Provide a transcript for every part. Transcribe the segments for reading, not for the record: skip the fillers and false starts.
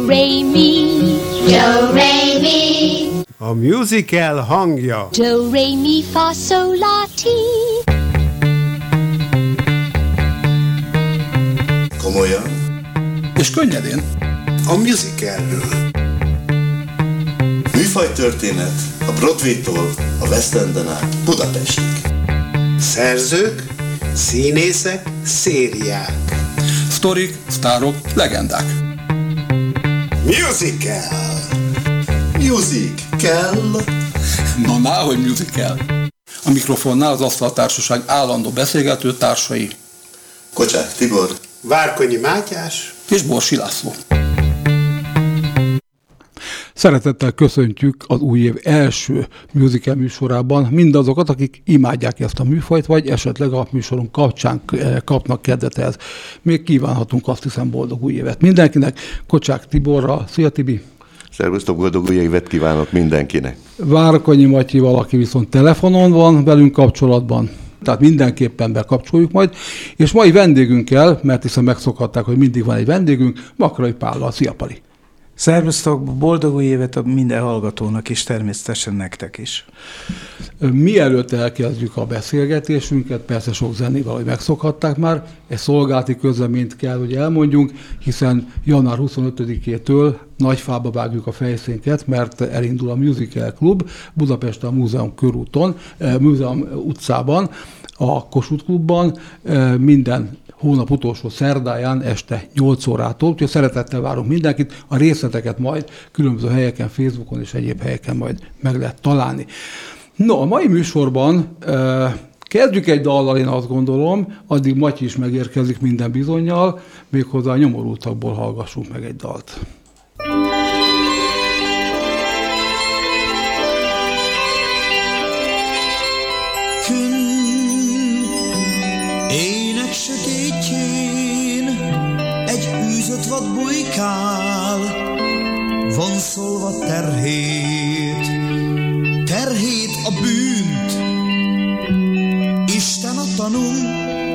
Do-re-mi, do-re-mi. A musical hangja. Do-re-mi-fa-sol-la-ti. Komolyan és könnyedén. a musicalről. Műfajtörténet a Broadway-tól a West Enden át Budapestig. Szerzők, színészek, szériák. Sztorik, sztárok, legendák. Musical. Music kell. Na, náhogy musical. A mikrofonnál az Asztaltársaság állandó beszélgető társai Kocsák Tibor, Várkonyi Mátyás és Borsi László. Szeretettel köszöntjük az új év első musical műsorában mindazokat, akik imádják ezt a műfajt, vagy esetleg a műsorunk kapcsán kapnak kedvet ehhez. Még kívánhatunk, azt hiszem, boldog új évet mindenkinek. Kocsák Tiborral. Szia, Tibi! Szervusztok, boldog új évet kívánok mindenkinek! Várkonyi Matyival, aki viszont telefonon van velünk kapcsolatban. Tehát mindenképpen bekapcsoljuk majd. És mai vendégünkkel, mert hiszen megszokhatták, hogy mindig van egy vendégünk, Makrai Pállal. Szia, Pali! Szervusztok, boldog új évet a minden hallgatónak is, természetesen nektek is. Mielőtt elkezdjük a beszélgetésünket, persze sok zenével, hogy megszokhatták már, egy szolgálati közleményt kell, hogy elmondjunk, hiszen január 25-től Nagyfába vágjuk a fejszénket, mert elindul a Musical Klub Budapesten a Múzeum körúton, Múzeum utcában, a Kossuth Klubban minden hónap utolsó szerdáján este 8 órától, úgyhogy szeretettel várunk mindenkit, a részleteket majd különböző helyeken, Facebookon és egyéb helyeken majd meg lehet találni. No, a mai műsorban kezdjük egy dallal, én azt gondolom, addig Matyi is megérkezik minden bizonnyal, méghozzá a Nyomorultakból hallgassunk meg egy dalt. Ének sötétjén egy űzött vad bujkál, vonszolva terhét a bűnt. Isten a tanúm,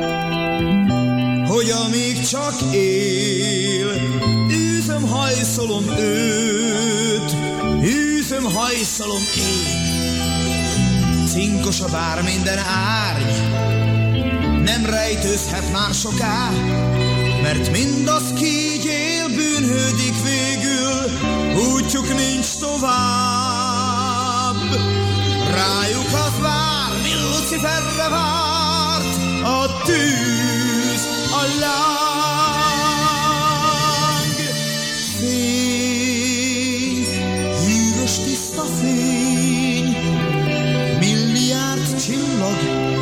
hogy amíg csak él, űzöm, hajszolom őt, űzöm, hajszolom én. Cinkos a bár minden árny, nem rejtőzhet már soká, mert mindaz ki így él, bűnhődik végül, útjuk nincs tovább. Rájuk az vár, mi Luciferre várt, a tűz, a láng. Fény, hűvös tiszta fény, milliárd csillag,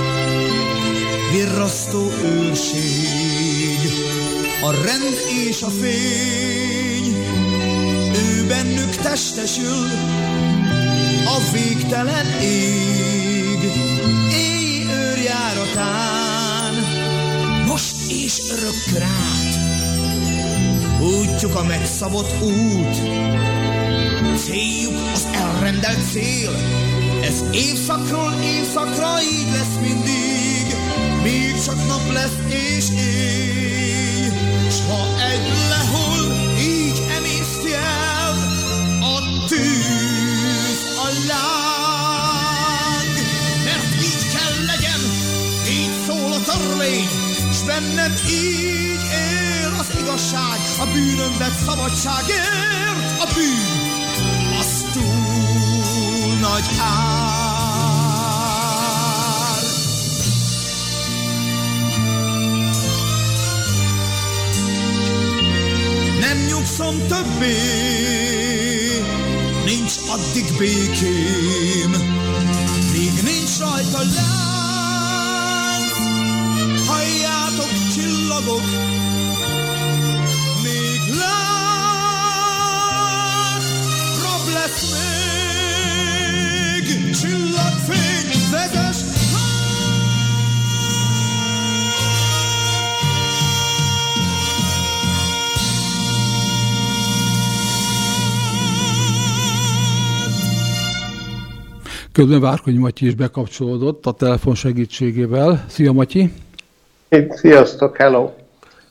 virrasztó őrség, a rend és a fény, ő bennük testesül, a végtelen ég, éj őrjáratán, most és örökkör át. Útjuk a megszabott út, céljuk az elrendelt cél, ez évszakról évszakra így lesz mindig, míg csak nap lesz és éj, s ha egy lehull, így emészti el a tűz, a láng. Mert így kell legyen, így szól a törvény, s bennem így él az igazság, a bűnöm vett szabadságért, a bűn az túl nagy ár. Nem nyugszom többé, nincs addig békém, míg nincs rajta lánc. Halljátok, csillagok, még láng, rab lesz még, csillagfény, vezess. Közben Várkonyi Matyi is bekapcsolódott a telefon segítségével. Szia, Matyi! Sziasztok, hello!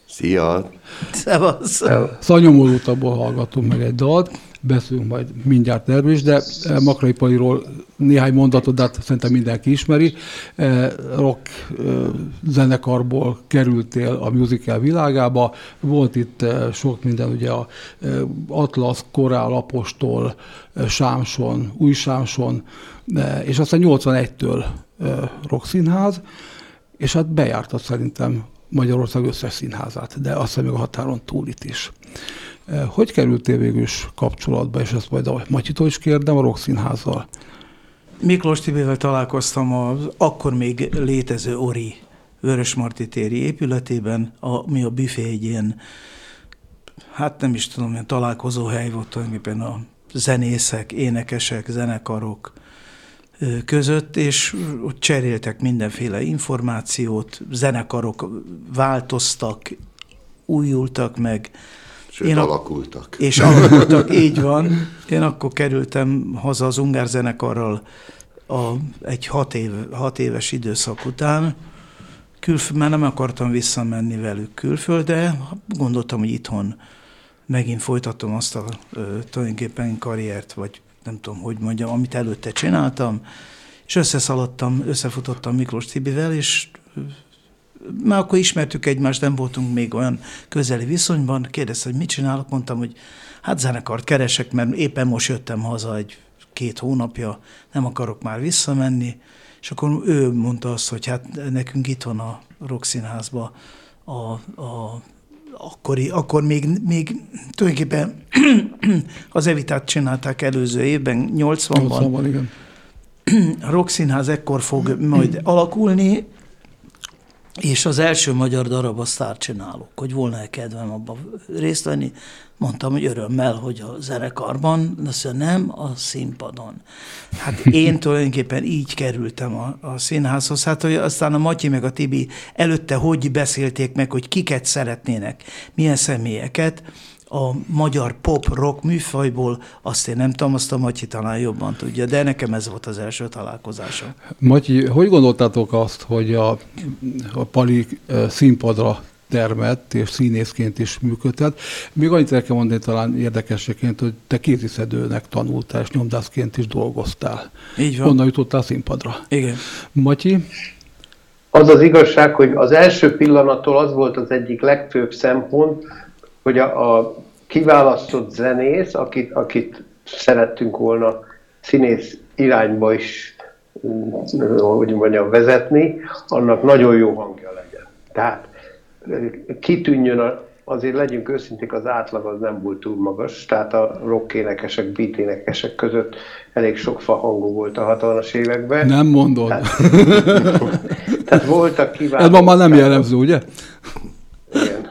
Szia! Szevasz! Szanyomolótabból hallgatunk meg egy dalt, beszélünk majd mindjárt erről is, de Makrai Paliról néhány mondatot, de hát szerintem mindenki ismeri. Rock zenekarból kerültél a musical világába, volt itt sok minden, ugye a Atlasz, Korál, Apostol, Sámson, Új Sámson, és aztán 81-től Rockszínház, és hát bejártad szerintem Magyarország összes színházát, de azt hiszem még a határon túlit is. Hogy kerültél végül is kapcsolatba, és ezt majd a Matyitól is kérdem, a Rockszínházzal? Miklós Tibivel találkoztam az akkor még létező Ori Vörösmarty téri épületében, ami a büfé egy ilyen, hát nem is tudom, ilyen találkozóhely volt tulajdonképpen a zenészek, énekesek, zenekarok között, és ott cseréltek mindenféle információt, zenekarok változtak, újultak meg. Sőt, alakultak. És alakultak, így van. Én akkor kerültem haza az Ungár zenekarral egy 6 éves időszak után. Már nem akartam visszamenni velük külföldre, gondoltam, hogy itthon megint folytatom azt a tulajdonképpen karriert, vagy nem tudom, hogy mondjam, amit előtte csináltam, és összefutottam Miklós Tibivel, és már akkor ismertük egymást, nem voltunk még olyan közeli viszonyban, kérdezte, hogy mit csinálok, mondtam, hogy hát zenekart keresek, mert éppen most jöttem haza 2 hónapja, nem akarok már visszamenni, és akkor ő mondta azt, hogy hát nekünk itt van a Rockszínházban akkor még tulajdonképpen az Evitát csinálták előző évben, 80-ban. Igen. A Rockszínház ekkor fog majd alakulni, és az első magyar darab a Sztárcsinálók, hogy volna-e kedvem abban részt venni. Mondtam, hogy örömmel, hogy a zenekarban, azt mondja, nem, a színpadon. Hát én tulajdonképpen így kerültem a színházhoz. Hát, hogy aztán a Matyi meg a Tibi előtte hogy beszélték meg, hogy kiket szeretnének, milyen személyeket, a magyar pop-rock műfajból, azt én nem tudom, azt a Matyi talán jobban tudja, de nekem ez volt az első találkozásom. Matyi, hogy gondoltátok azt, hogy a Pali színpadra termett, és színészként is működtet? Még annyit el kell mondani talán érdekeseként, hogy te kéziszedőnek tanultál, és nyomdászként is dolgoztál. Így van. Onnan jutottál színpadra. Igen. Matyi? Az az igazság, hogy az első pillanattól az volt az egyik legfőbb szempont, hogy a kiválasztott zenész, akit szerettünk volna színész irányba is, hogy mondjam, vezetni, annak nagyon jó hangja legyen. Tehát kitűnjön, azért legyünk őszinték, az átlag az nem volt túl magas, tehát a rock énekesek, beat énekesek között elég sok fahangú volt a 60-as években. Nem mondod. Tehát voltak kiváló. Ez ma már nem jellemző, ugye? Igen.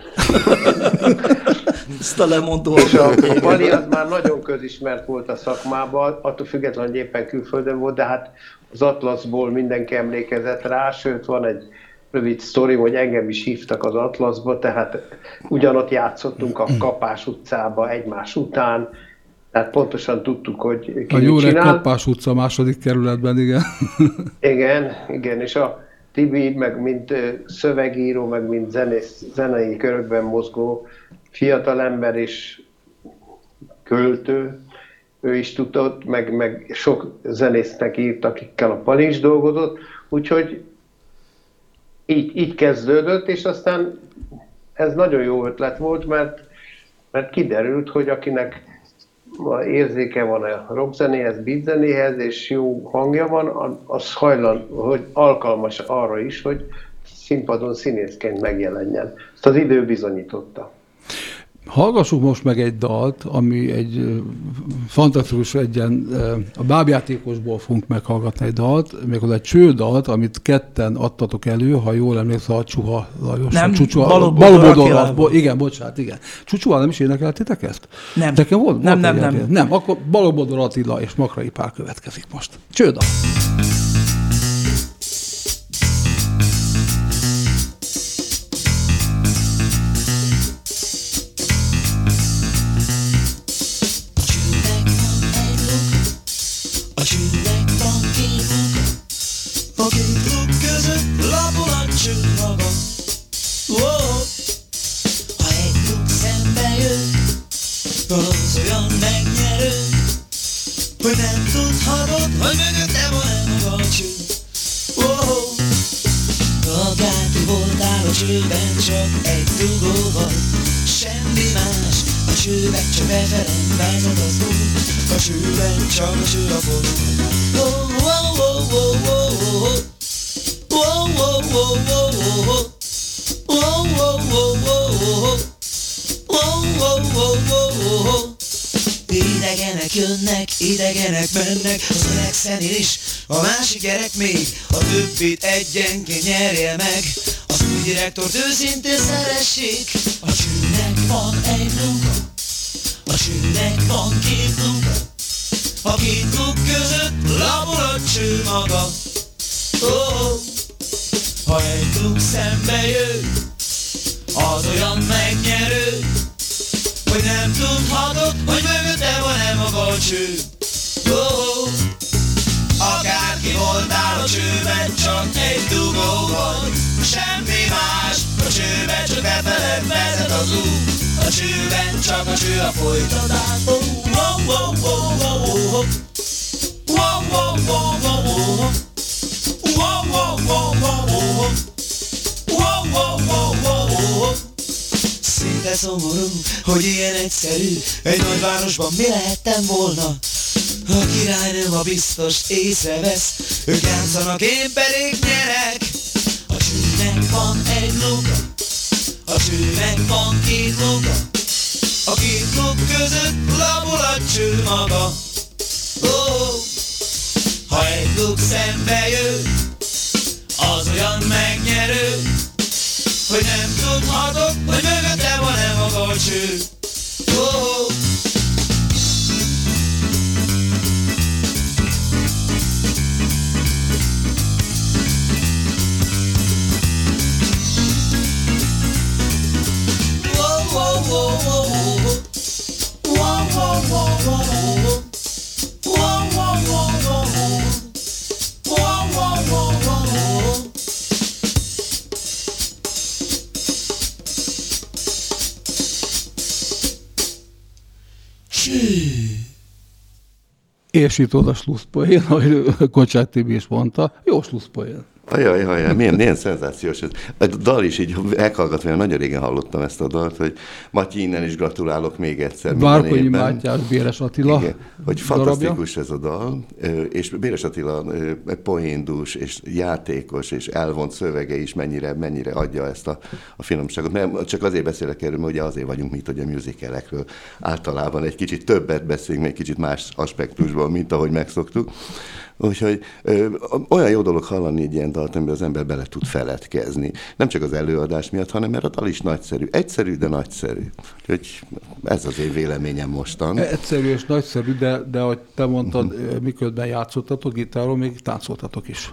Ezt a lemondó. És a Pali az már nagyon közismert volt a szakmában, attól függetlenül, hogy éppen külföldön volt, de hát az Atlaszból mindenki emlékezett rá, sőt van egy rövid sztori, hogy engem is hívtak az Atlaszba, tehát ugyanott játszottunk a Kapás utcába egymás után, tehát pontosan tudtuk, hogy ki a mit csinál. A Kapás utca második kerületben, igen. Igen, és a Tibi, meg mint szövegíró, meg mint zenei körökben mozgó fiatalember és költő, ő is tudott, meg sok zenésznek írt, akikkel a Pali is dolgozott, úgyhogy így kezdődött, és aztán ez nagyon jó ötlet volt, mert kiderült, hogy akinek érzéke van a rockzenéhez, beatzenéhez, és jó hangja van, az hogy alkalmas arra is, hogy színpadon színészként megjelenjen. Ezt az idő bizonyította. Hallgassuk most meg egy dalt, ami egy fantasztikus a bábjátékosból fogunk meghallgatni egy dalt, méghozzá egy csődalt, amit ketten adtatok elő, ha jól emlékszel, a Csuha Lajos. Nem, Balogh igen, bocsánat, igen. Csucsuval nem is énekeltétek ezt? Nem. Nekem volt Nem. Nem, akkor Balogh Attila és Makrai Pál következik most. Csődal. A két luk között lapul a csillaga. Oh, az olyan megnyerő, hogy nem tudhatod, hogy mögötte van-e maga a cső. Akárki voltál a csőben, csak egy dugó vagy, semmi más. A csőben csak befele vezet az út, a csőben csak a cső a forró. Idegenek jönnek, idegenek mennek, az öreg szenér is, a másik gyerek még, a többit egyenként nyerje meg. Az új direktort őszintén szeressék, a csőnek van egy luka, a csőnek van két luka, a két luk között labor a cső maga. Ha egy luk szembe jön, az olyan megnyerő, hogy nem tudhatod, hogy mögötte van-e maga a cső. Akárki voltál a csőben, csak egy dugó vagy, semmi más. A csőben csak befele vezet az út, a csőben csak a cső a folytatás. Szinte szomorú, hogy ilyen egyszerű, egy nagyvárosban mi lehettem volna. A királynőm, ha biztos észrevesz, ők játszanak, én pedig nyerek. A csőnek van egy luka, a csőnek van két luka, a két luk között labul a cső maga. Ha egy luk szembe jön, az olyan megnyerő, hogy nem tudhatod, hogy mögötte van-e maga a cső. És itt oda slusszpoén, ahogy Kocsák Tibi is mondta, jó slusszpoén. Ajaj, milyen szenzációs ez. A dal is így meghallgatva, nagyon régen hallottam ezt a dalt, hogy Matyi, innen is gratulálok még egyszer. Várkonyi Mátyás, Béres Attila. Igen, hogy fantasztikus ez a dal, és Béres Attila poéndús, és játékos, és elvont szövege is mennyire adja ezt a finomságot. Mert csak azért beszélek erről, mert ugye azért vagyunk mi itt, hogy a musicalekről általában egy kicsit többet beszélünk, egy kicsit más aspektusban, mint ahogy megszoktuk. Úgyhogy olyan jó dolog hallani egy ilyen dalt, amiben az ember bele tud feledkezni. Nem csak az előadás miatt, hanem mert a dal is nagyszerű. Egyszerű, de nagyszerű. Úgyhogy ez az én véleményem mostan. Egyszerű és nagyszerű, de ahogy te mondtad, miközben játszottatok gitáron, még táncoltatok is.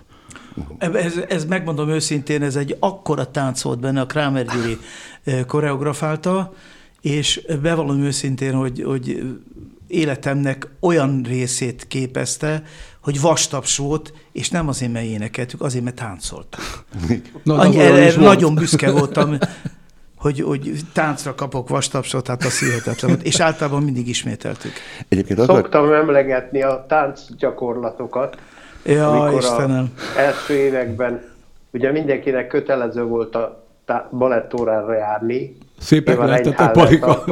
Ez megmondom őszintén, ez egy akkora tánc volt benne, a Krámer Gyuri koreografálta, és bevallom őszintén, hogy életemnek olyan részét képezte, hogy vastaps volt, és nem azért, mert énekeltük, azért, mert táncoltak. Nagyon büszke voltam, hogy táncra kapok vastapsot, hát az hihetetlen volt, és általában mindig ismételtük. Szoktam emlegetni a táncgyakorlatokat, amikor Istenem. Az első években ugye mindenkinek kötelező volt a balettórára járni. Szépek lehetettek, Palika.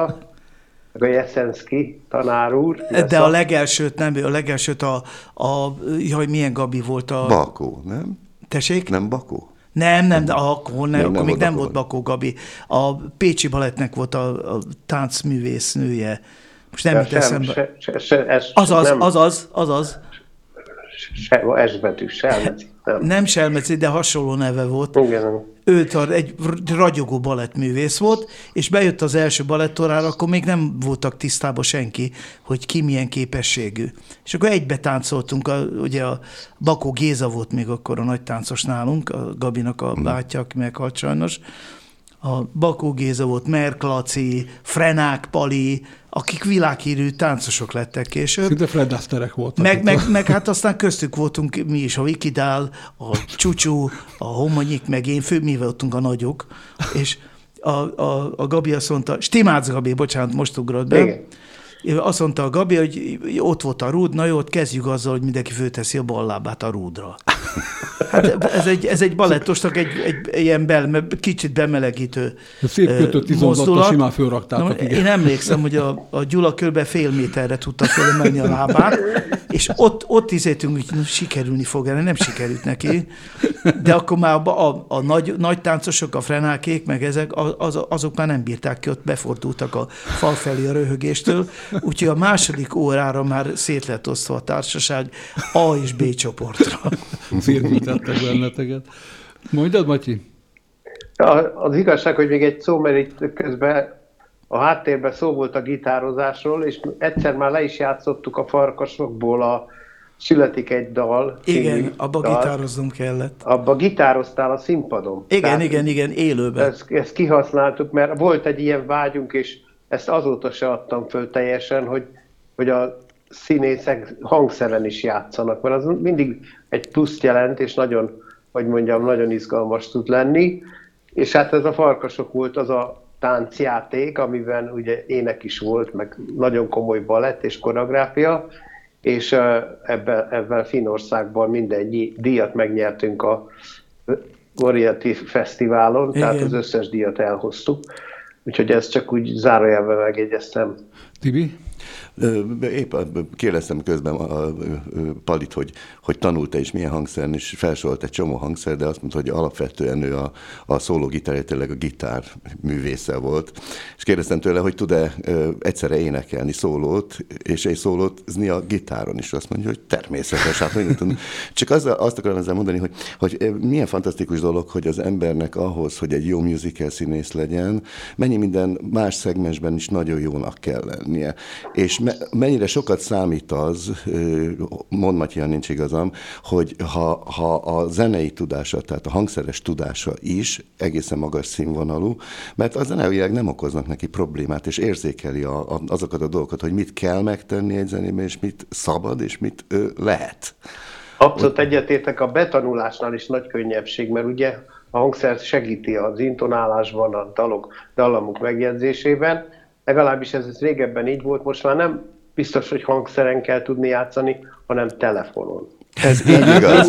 A Jeszenszky tanár úr. De a legelsőt nem, a legelsőt jaj, milyen Gabi volt a... Bakó, nem? Tessék? Nem Bakó? Nem, de akkor még nem volt Bakó Gabi. A Pécsi Balettnek volt a táncművész nője. Most nem jut eszembe. Azaz. S-betű, Selmeci. Nem Selmeci, de hasonló neve volt. Igen. Ő egy ragyogó balettművész volt, és bejött az első balettórára, akkor még nem voltak tisztában senki, hogy ki milyen képességű. És akkor egybe táncoltunk, ugye a Bakó Géza volt még akkor a nagy táncos nálunk, a Gabinak a bátyja, aki meghalt sajnos. A Bakó Géza volt, Merk Laci, Frenák Pali, akik világhírű táncosok lettek később. Szinte Fred Asterek voltak. Meg hát aztán köztük voltunk mi is, a Vikidál, a Csúcsú, a Homonyik, meg én, mi voltunk a nagyok, és a Gabi azt mondta, Stimács Gabi, bocsánat, most ugrott be. Igen. Azt mondta a Gabi, hogy ott volt a rúd, na jó, ott kezdjük azzal, hogy mindenki fölteszi a bal lábát a rúdra. Hát ez egy balettosnak egy ilyen kicsit bemelegítő szép kötött izomzattal simán fölraktátok. Én emlékszem, hogy a Gyula kb. Fél méterre tudta fölemelni a lábát, és ott izéltünk, hogy sikerülni fog el, nem sikerült neki, de akkor már a nagy táncosok, a frenákék, meg ezek, azok már nem bírták ki, ott befordultak a fal felé a röhögéstől, úgyhogy a második órára már szét lett osztva a társaság A és B csoportra. Szétültettek benneteket. Mondjad, Matyi? Az igazság, hogy még egy szó, mert itt közben a háttérben szó volt a gitározásról, és egyszer már le is játszottuk a Farkasokból a Születik egy dal. Igen, abba gitároznom kellett. Abba gitároztál a színpadon. Igen, élőben. Ezt kihasználtuk, mert volt egy ilyen vágyunk, és ezt azóta se adtam föl teljesen, hogy a színészek hangszeren is játszanak, mert az mindig egy pluszt jelent, és nagyon, hogy mondjam, nagyon izgalmas tud lenni. És hát ez a Farkasok volt az a táncjáték, amiben ugye ének is volt, meg nagyon komoly balett és koreográfia, és ebben Finnországban minden díjat megnyertünk a Variety Fesztiválon, igen. Tehát az összes díjat elhoztuk. Úgyhogy ezt csak úgy zárójelben megjegyeztem. Tibi? Épp kérdeztem közben a Palit, hogy tanult-e is milyen hangszeren, és felsorolt egy csomó hangszer, de azt mondta, hogy alapvetően ő a szólógitár, tényleg a gitár művésze volt. És kérdeztem tőle, hogy tud-e egyszerre énekelni szólót, és egy szólózni a gitáron is. Azt mondja, hogy természetes. Hát, csak azt akarom ezzel mondani, hogy milyen fantasztikus dolog, hogy az embernek ahhoz, hogy egy jó musical színész legyen, mennyi minden más szegmensben is nagyon jónak kell lennie. És mennyire sokat számít az, mond Matyian, nincs igazam, hogy ha a zenei tudása, tehát a hangszeres tudása is egészen magas színvonalú, mert a zeneileg nem okoznak neki problémát, és érzékeli azokat a dolgokat, hogy mit kell megtenni egy zenében, és mit szabad, és mit lehet. Abszolút egyetértek, a betanulásnál is nagy könnyebbség, mert ugye a hangszer segíti az intonálásban, a dallamok megjegyzésében, legalábbis ez régebben így volt, most már nem biztos, hogy hangszeren kell tudni játszani, hanem telefonon. Ez így igaz.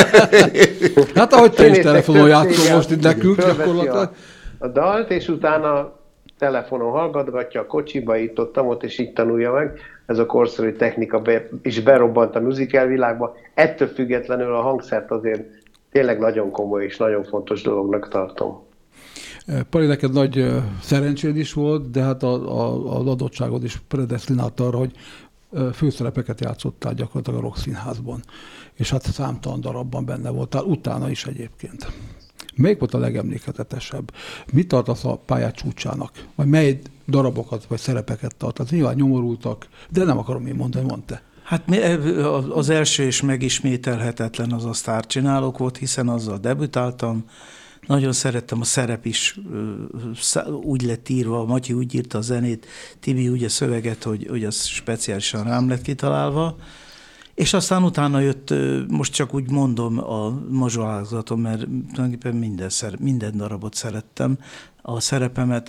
Hát ahogy te is telefonon játszol most itt nekünk, gyakorlatilag. A dalt, és utána telefonon hallgatgatja, a kocsiba, itt-ott, és így tanulja meg. Ez a korszerű technika is berobbant a musical világba. Ettől függetlenül a hangszert azért tényleg nagyon komoly és nagyon fontos dolognak tartom. Pali, neked nagy szerencséd is volt, de hát az adottságod is predesztinált arra, hogy főszerepeket játszottál gyakorlatilag a Rock Színházban. És hát számtalan darabban benne voltál, utána is egyébként. Melyik volt a legemlékezetesebb? Mit tartasz a pályát csúcsának? Vagy mely darabokat vagy szerepeket tartasz? Nyilván nyomorultak, de nem akarom én mondani, mondd te. Hát az első és megismételhetetlen az a sztárcsinálók volt, hiszen azzal debütáltam. Nagyon szerettem, a szerep is úgy lett írva, Matyi úgy írta a zenét, Tibi úgy a szöveget, hogy az speciálisan rám lett kitalálva. És aztán utána jött, most csak úgy mondom a mazsolázatom, mert tulajdonképpen minden darabot szerettem. A szerepemet,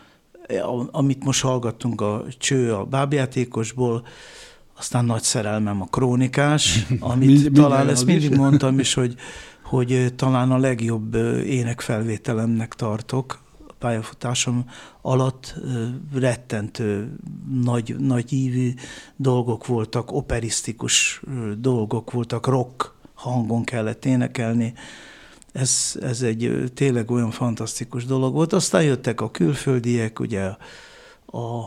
amit most hallgattunk, a Cső a bábjátékosból, aztán nagy szerelmem a Krónikás, amit talán ezt mindig mondtam is, hogy talán a legjobb énekfelvételemnek tartok. A pályafutásom alatt rettentő, nagy ívű dolgok voltak, operisztikus dolgok voltak, rock hangon kellett énekelni. Ez egy tényleg olyan fantasztikus dolog volt. Aztán jöttek a külföldiek, ugye a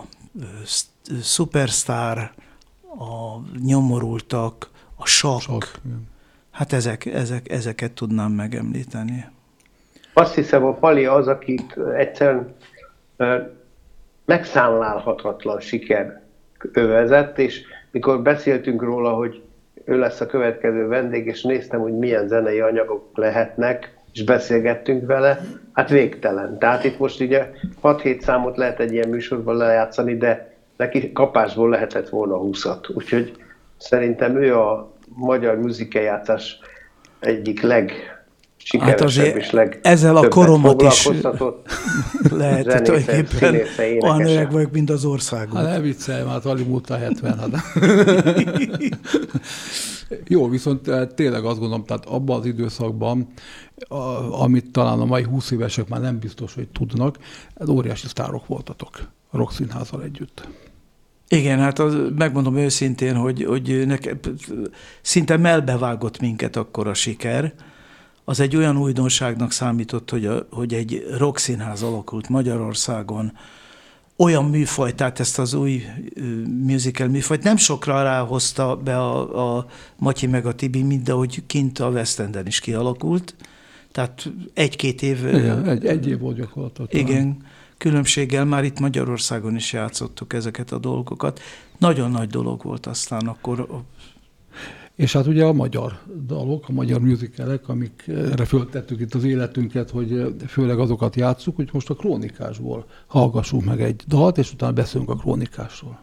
Superstar, a Nyomorultak, a Sakk. Hát ezeket tudnám megemlíteni. Azt hiszem, a Pali az, akit egyszerűen megszámlálhatatlan siker övezett, és mikor beszéltünk róla, hogy ő lesz a következő vendég, és néztem, hogy milyen zenei anyagok lehetnek, és beszélgettünk vele, hát végtelen. Tehát itt most ugye 6-7 számot lehet egy ilyen műsorban lejátszani, de neki kapásból lehetett volna 20-at. Úgyhogy szerintem ő a magyar musicajátszás egyik legsikeresebb és ezzel a koromat is foglalkoztatott lehetett tulajdonképpen olyan öreg vagyok, mint az országon. Hát nem viccelj, már alig múlt a 70. Jó, viszont tényleg azt gondolom, tehát abban az időszakban, amit talán a mai 20 évesek már nem biztos, hogy tudnak, óriási sztárok voltatok a Rockszínházzal együtt. Igen, hát megmondom őszintén, hogy szinte melbevágott minket akkor a siker. Az egy olyan újdonságnak számított, hogy egy rockszínház alakult Magyarországon, olyan műfajt, tehát ezt az új musical műfajt nem sokra ráhozta be a Matyi meg a Tibi, mint ahogy kint a West Enden is kialakult. Tehát egy-két év... Igen, egy év volt gyakorlatilag. Igen, különbséggel már itt Magyarországon is játszottuk ezeket a dolgokat. Nagyon nagy dolog volt aztán akkor. És hát ugye a magyar dalok, a magyar musicalek, amikre föltettük itt az életünket, hogy főleg azokat játsszuk, hogy most a Krónikásból hallgassunk meg egy dalt, és utána beszélünk a Krónikásról.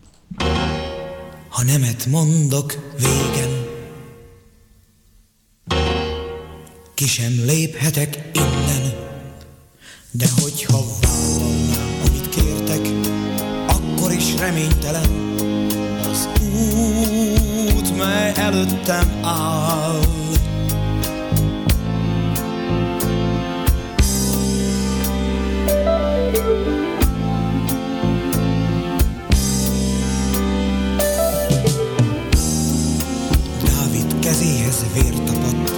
Ha nemet mondok végen, ki sem léphetek innen, de hogyha vállalnám, amit kértek, akkor is reménytelen az út, mely előttem áll. Dávid kezéhez vér tapadt,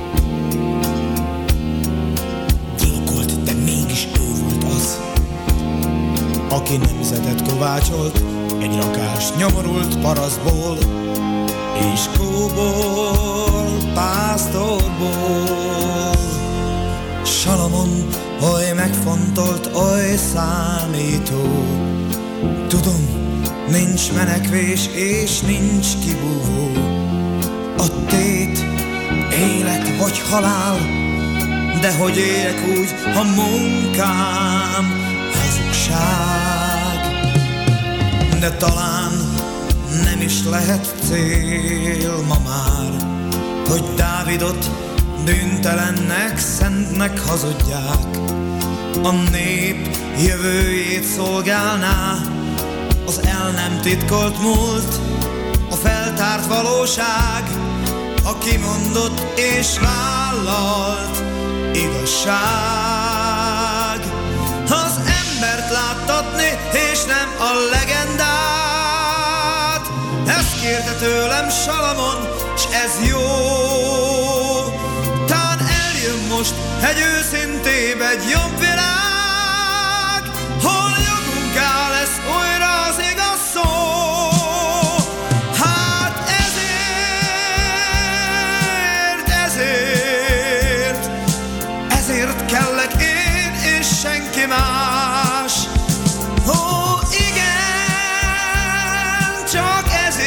gyilkolt, de mégis ő volt az, aki nemzetet kovácsolt egy rakás nyomorult parasztból, és kóból, pásztorból. Salamon, oly megfontolt, oly számító, tudom, nincs menekvés és nincs kibúvó. A tét, élet vagy halál, de hogy éljek úgy, ha munkám hazugság. De talán nem is lehet cél ma már, hogy Dávidot bűntelennek, szentnek hazudják. A nép jövőjét szolgálná az el nem titkolt múlt, a feltárt valóság, a kimondott és vállalt igazság. Az embert láttatni, és nem a legendát, ezt kérte tőlem Salamon, s ez jó. Tán eljön most egy őszintébb, egy jobb világ, hol jogunká lesz újra az igaz szó. Hát ezért kellek én és senki más. Ó, igen, csak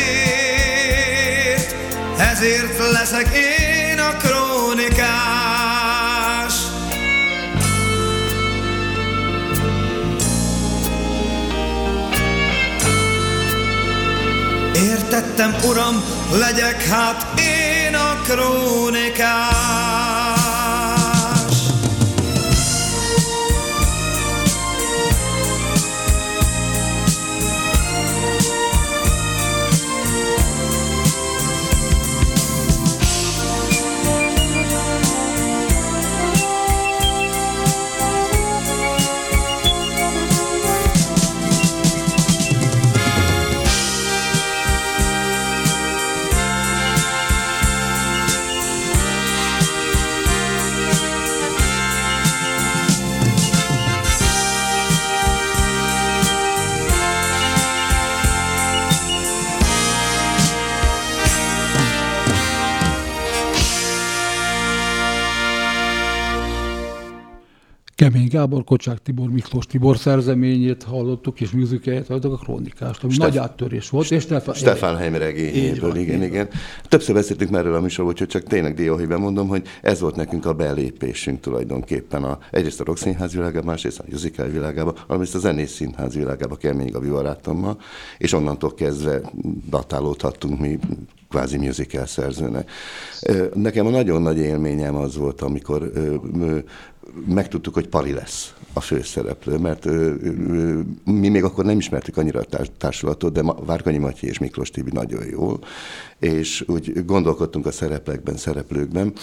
ezért leszek én a krónikás. Értettem, uram, legyek hát én a krónikás. Kemény Gábor, Kocsák Tibor, Miklós Tibor szerzeményét hallottuk, és műzikáját hallottuk, a Krónikást, ami nagy áttörés volt. És Stefan Heim regényéből, igen. Többször beszéltünk már erről a műsorból, úgyhogy csak tényleg dióhéjban mondom, hogy ez volt nekünk a belépésünk tulajdonképpen. Egyrészt a Rockszínház világába, másrészt a musical világába, másrészt a Zenés Színház világába Kemény Gabi barátommal, és onnantól kezdve datálódhattunk mi kvázi musical szerzőnek. Nekem a nagyon nagy élményem az volt, amikor megtudtuk, hogy Pali lesz a főszereplő, mert mi még akkor nem ismertük annyira a társulatot, de Várkonyi Matyi és Miklós Tibi nagyon jól, és úgy gondolkodtunk a szereplőkben,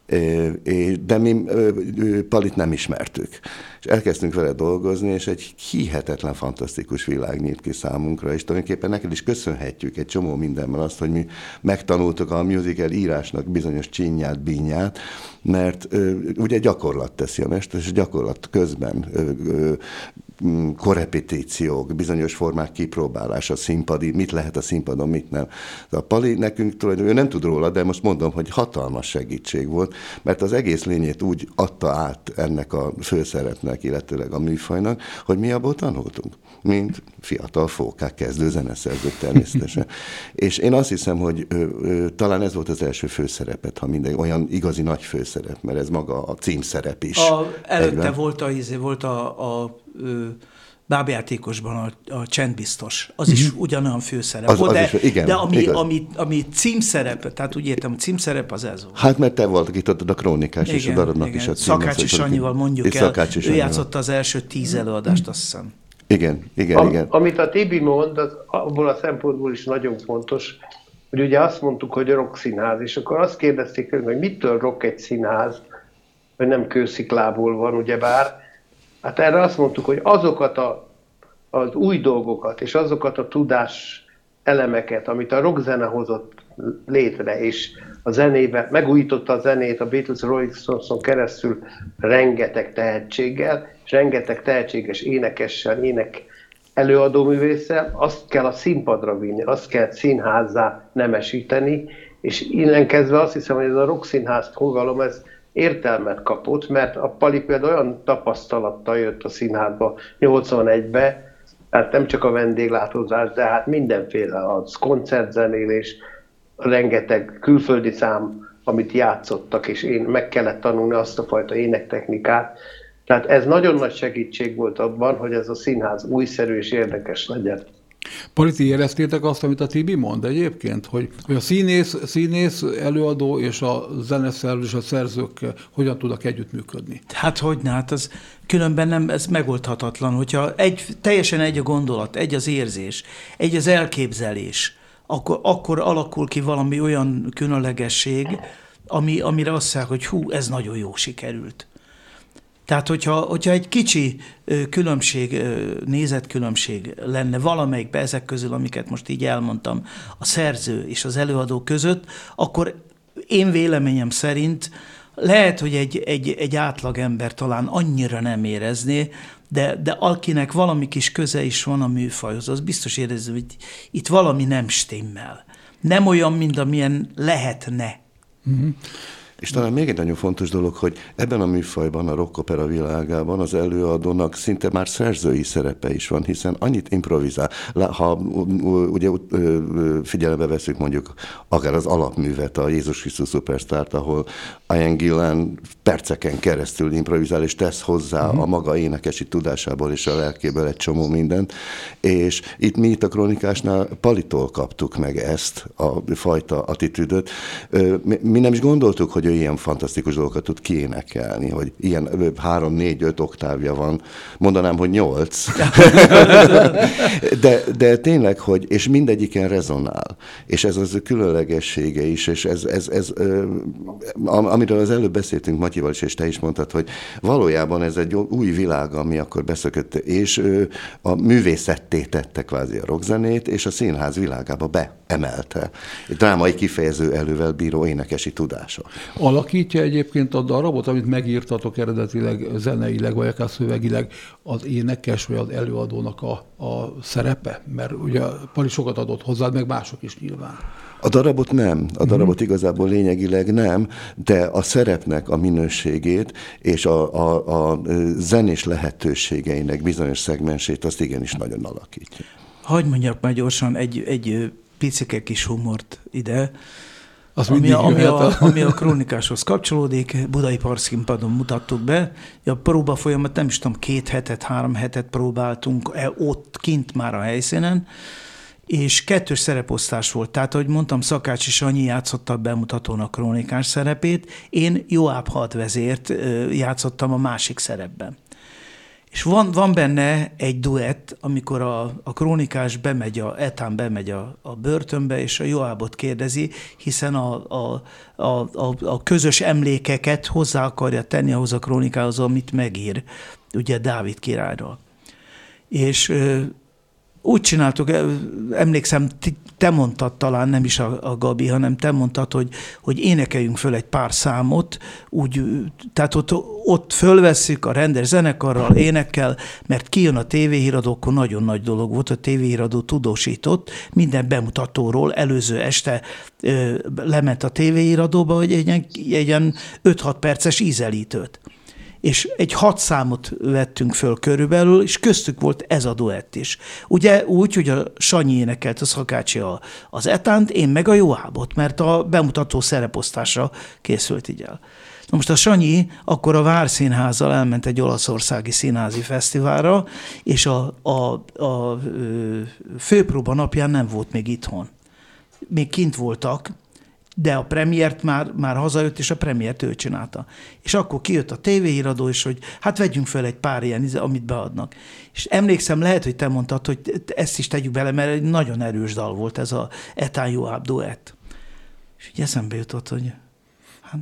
de mi Palit nem ismertük. És elkezdtünk vele dolgozni, és egy hihetetlen, fantasztikus világ nyílt ki számunkra, és tulajdonképpen neked is köszönhetjük egy csomó mindenben azt, hogy mi megtanultuk a musical írásnak bizonyos csinyát, bínyát, mert ugye gyakorlat teszi a mester, és gyakorlat közben korrepetíciók, bizonyos formák kipróbálása, színpadi, mit lehet a színpadon, mit nem. De a Pali nekünk tulajdonképpen, ő nem tud róla, de most mondom, hogy hatalmas segítség volt, mert az egész lényét úgy adta át ennek a főszerepnek, illetőleg a műfajnak, hogy mi abból tanultunk, mint fiatal fókák, kezdő zeneszerzők természetesen. És én azt hiszem, hogy talán ez volt az első főszerepet, ha minden olyan igazi nagy főszerep, mert ez maga a címszerep is. Előtte volt a bábjátékosban a csendbiztos. Az is ugyanolyan főszerep volt, de ami címszerep, tehát úgy értem, a címszerep az ez volt. Hát mert te voltak itt a Krónikás, és a darabnak is a címe. Szakácsi Sanyival mondjuk el, ő játszotta az első 10 előadást, azt hiszem. Igen. Amit a Tibi mond, az abból a szempontból is nagyon fontos, hogy ugye azt mondtuk, hogy rockszínház, és akkor azt kérdezték tőlünk, hogy mitől rock egy színház, hogy nem kősziklából van, ugyebár. Hát erre azt mondtuk, hogy azokat az új dolgokat, és azokat a tudás elemeket, amit a rockzene hozott létre, és a zenébe, megújította a zenét a Beatles, Rolling Stoneson keresztül rengeteg tehetséggel, és rengeteg tehetséges énekessel, előadóművésszel, azt kell a színpadra vinni, azt kell színházzá nemesíteni, és innen kezdve azt hiszem, hogy ez a rockszínház fogalom, ez értelmet kapott, mert a Pali például olyan tapasztalattal jött a színházba 81-be, hát nem csak a vendéglátózás, de hát mindenféle, az koncertzenélés, rengeteg külföldi szám, amit játszottak, és én meg kellett tanulni azt a fajta énektechnikát. Tehát ez nagyon nagy segítség volt abban, hogy ez a színház újszerű és érdekes legyen. Paliti, éreztétek azt, amit a Tibi mond egyébként, hogy a színész, előadó és a zeneszerző és a szerzők hogyan tudnak együttműködni? Hát hogyne, hát az különben nem, ez megoldhatatlan, hogyha teljesen egy a gondolat, egy az érzés, egy az elképzelés, akkor alakul ki valami olyan különlegesség, amire azt mondják, hogy hú, ez nagyon jó sikerült. Tehát, hogyha egy kicsi különbség, nézetkülönbség lenne valamelyikben ezek közül, amiket most így elmondtam, a szerző és az előadó között, akkor én véleményem szerint lehet, hogy egy átlagember talán annyira nem érezné, de akinek valami kis köze is van a műfajhoz, az biztos érezi, hogy itt valami nem stimmel. Nem olyan, mint amilyen lehetne. Mm-hmm. És talán még egy nagyon fontos dolog, hogy ebben a műfajban, a rockopera világában az előadónak szinte már szerzői szerepe is van, hiszen annyit improvizál. Ha ugye figyelembe veszük mondjuk akár az alapművet, a Jézus Krisztus Superstárt, ahol Ian Gillan perceken keresztül improvizál, és tesz hozzá a maga énekesi tudásából és a lelkéből egy csomó mindent. És mi itt a Krónikásnál Palitól kaptuk meg ezt a fajta attitűdöt. Mi nem is gondoltuk, hogy ő ilyen fantasztikus dolgokat tud kiénekelni, hogy ilyen 3-4-5 oktávja van, mondanám, hogy 8. de tényleg, hogy, és mindegyiken rezonál, és ez az különlegessége is, és ez amiről az előbb beszéltünk Matyival is, és te is mondtad, hogy valójában ez egy új világ, ami akkor beszökött, és a művészetté tette kvázi a rockzenét, és a színház világába beemelte. Egy drámai kifejező elővel bíró énekesi tudása. Alakítja egyébként a darabot, amit megírtatok eredetileg, zeneileg, vagy akár szövegileg, az énekes vagy az előadónak a szerepe? Mert ugye Pali sokat adott hozzád, meg mások is nyilván. A darabot nem. A darabot igazából lényegileg nem, de a szerepnek a minőségét és a zenés lehetőségeinek bizonyos szegmensét azt igenis nagyon alakítja. Hagy mondjak már gyorsan egy picike kis humort ide, ami a krónikáshoz kapcsolódik. Budai Parkszínpadon mutattuk be. A próba folyamat nem is tudom, 2 hetet, 3 hetet próbáltunk ott kint már a helyszínen, és 2 szereposztás volt. Tehát, ahogy mondtam, Szakácsi Sanyi játszotta a bemutatón a krónikás szerepét, én Joáb hadvezért játszottam a másik szerepben. És van benne egy duett, amikor a krónikás Etán bemegy a börtönbe, és a Joábot kérdezi, hiszen a közös emlékeket hozzá akarja tenni ahhoz a krónikához, amit megír, ugye Dávid királyról. És úgy csináltuk, emlékszem, te mondtad talán, nem is a Gabi, hanem te mondtad, hogy énekeljünk föl egy pár számot, tehát ott fölvesszük a rendes zenekarral, énekkel, mert kijön a tévéhíradó, akkor nagyon nagy dolog volt, a tévéhíradó tudósított minden bemutatóról, előző este lement a tévéhíradóba, hogy egy ilyen 5-6 perces ízelítőt. És egy 6 számot vettünk föl körülbelül, és köztük volt ez a duett is. Ugye úgy, hogy a Sanyi énekelt, a Szakácsi az Etánt, én meg a Joábot, mert a bemutató szereposztásra készült így el. Na most a Sanyi akkor a Várszínházzal elment egy olaszországi színházi fesztiválra, és a főpróba napján nem volt még itthon. Még kint voltak, de a premiért már hazajött, és a premiért ő csinálta. És akkor kijött a tévéhíradó, és hogy hát vegyünk fel egy pár ilyen, amit beadnak. És emlékszem, lehet, hogy te mondtad, hogy ezt is tegyük bele, mert egy nagyon erős dal volt ez a Etán Joáb duett. És így eszembe jutott, hogy hát,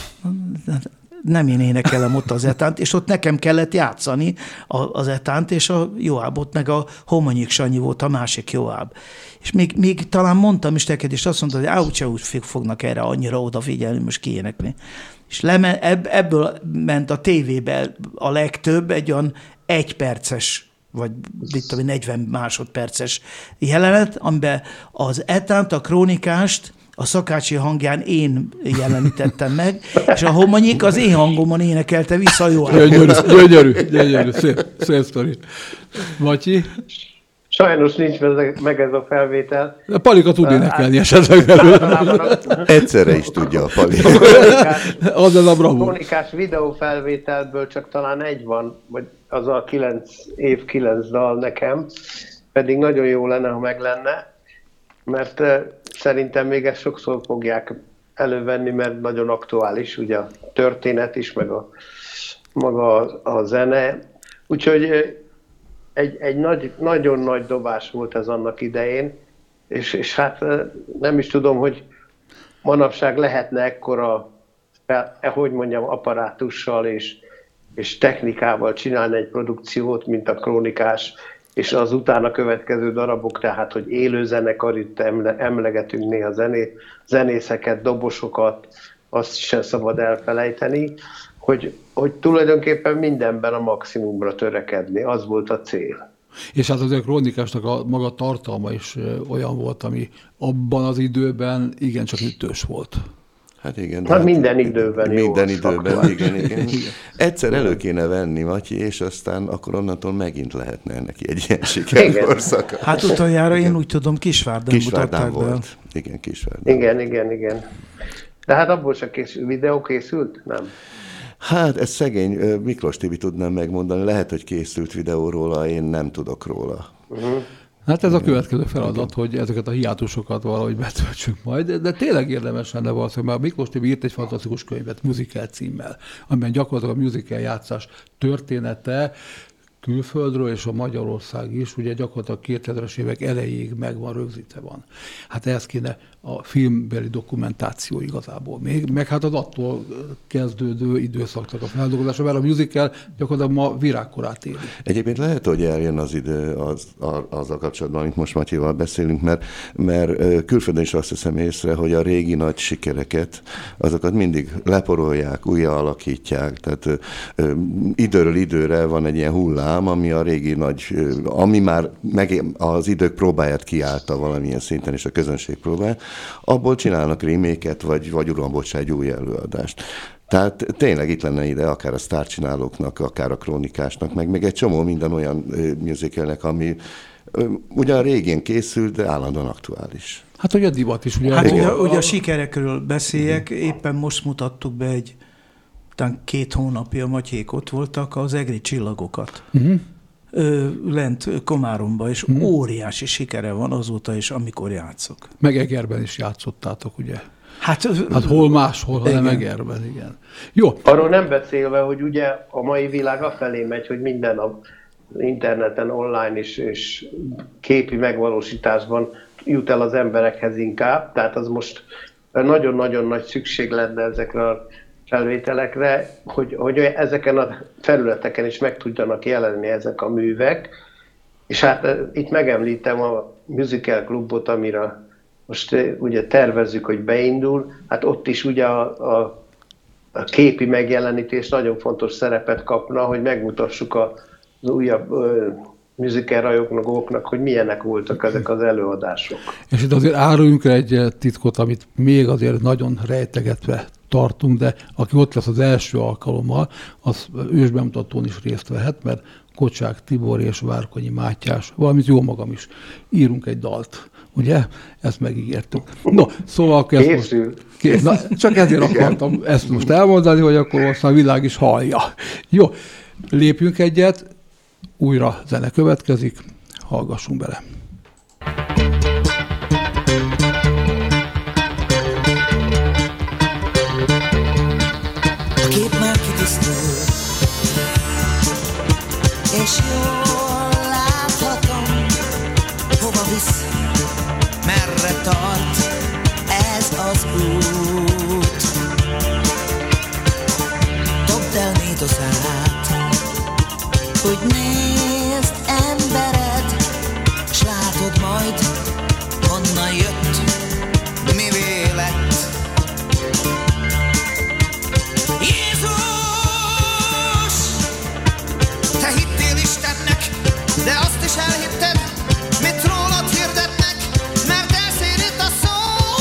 nem én énekelem ott az Etánt, és ott nekem kellett játszani az Etánt, és a Joábot, meg a Homonyik Sanyi volt a másik Joáb. És még talán mondtam is neked, és azt mondtad, hogy úgyse úgy fognak erre annyira odafigyelni, most kiénekli. És ebből ment a tévébe a legtöbb, egy olyan 1 perces, vagy 40 másodperces jelenet, amiben az Etánt, a krónikást a Szakácsi hangján én jelenítettem meg, és a Homonyik az én hangomon énekelte vissza jól. Gyönyörű, szép sztori. Matyi? Sajnos nincs meg ez a felvétel. A Palika tud énekelni esetleg belőle. Egyszerre is tudja a Pali. Az a bravo. Krónikás videófelvételből csak talán egy van, vagy az a 9 dal nekem, pedig nagyon jó lenne, ha meg lenne, mert szerintem még ezt sokszor fogják elővenni, mert nagyon aktuális, ugye a történet is, meg maga a zene. Úgyhogy egy nagyon nagy dobás volt ez annak idején, és hát nem is tudom, hogy manapság lehetne ekkora, apparátussal és technikával csinálni egy produkciót, mint a krónikás, és az utána következő darabok, tehát, hogy élő zenekar, itt emlegetünk néha zenészeket, dobosokat, azt sem szabad elfelejteni, hogy tulajdonképpen mindenben a maximumra törekedni, az volt a cél. És hát az a krónikásnak a maga tartalma is olyan volt, ami abban az időben igencsak ütős volt. Hát igen. Hát minden időben jó. Minden időben, igen. Egyszer elő kéne venni, Matyi, és aztán akkor onnantól megint lehetne neki egy ilyen sikerkorszaka. Hát utoljára én úgy tudom, Kisvárdán mutatták volt. Be. Igen, Kisvárdán. Igen. De hát abból se videó készült? Nem. Hát ez szegény Miklós Tibi tudnám megmondani, lehet, hogy készült videó róla, én nem tudok róla. Hát ez a következő feladat, hogy ezeket a hiátusokat valahogy betöltsünk majd, de tényleg érdemes lenne valószínűleg, mert Miklós Tibi írt egy fantasztikus könyvet, Musical címmel, amiben gyakorlatilag a musical játszás története külföldről, és a Magyarország is, ugye gyakorlatilag 2000-es évek elejéig megvan, rögzítve van. Hát ehhez kéne a filmbeli dokumentáció igazából még, meg hát az attól kezdődő időszaknak a feldolgozása, mert a musical gyakorlatilag ma virágkorát éli. Egyébként lehet, hogy eljön az idő azzal kapcsolatban, amit most Matyival beszélünk, mert külföldön is azt hiszem észre, hogy a régi nagy sikereket, azokat mindig leporolják, újra alakítják, tehát időről időre van egy ilyen hullám, ami a régi nagy, ami már az idők próbáját kiállta valamilyen szinten, és a közönség próbáját, abból csinálnak reméket, vagy uram, bocsánat, egy új előadást. Tehát tényleg itt lenne ide akár a sztárcsinálóknak, akár a krónikásnak, meg egy csomó minden olyan musicalnek, ami ugyan régén készült, de állandóan aktuális. Hát ugye a divat is. Ugye, hát ugye a sikerekről beszéljek, éppen most mutattuk be talán 2 hónapja Matyék ott voltak, az Egri csillagokat. Lent Komáromba, és óriási sikere van azóta is, amikor játszok. Meg Egerben is játszottátok, ugye? Hát hol máshol, hanem Egerben, igen. Jó. Arról nem beszélve, hogy ugye a mai világ afelé megy, hogy minden az interneten, online és képi megvalósításban jut el az emberekhez inkább, tehát az most nagyon-nagyon nagy szükség lenne ezekre a felvételekre, hogy ezeken a felületeken is meg tudjanak jelenni ezek a művek. És hát itt megemlítem a Musical Klubot, amire most ugye tervezzük, hogy beindul. Hát ott is ugye a képi megjelenítés nagyon fontos szerepet kapna, hogy megmutassuk az újabb musical rajongóknak, hogy milyenek voltak ezek az előadások. És itt azért áruljunk egy titkot, amit még azért nagyon rejtegetve tartunk, de aki ott lesz az első alkalommal, az ősbemutatón is részt vehet, mert Kocsák Tibor és Várkonyi Mátyás, valamint jó magam is írunk egy dalt, ugye? Ezt megígértük. No, szóval készül. Na, csak ezért akartam ezt most elmondani, hogy akkor aztán a világ is hallja. Jó, lépjünk egyet, újra zene következik, hallgassunk bele. És jól láthatom, hova visz, merre tart ez az út. Dobd el mítoszát, hogy nézd embered, s látod majd, honnan jött, mivé lett. De azt is elhitted, mit rólad hirdetnek, mert elszérít a szó.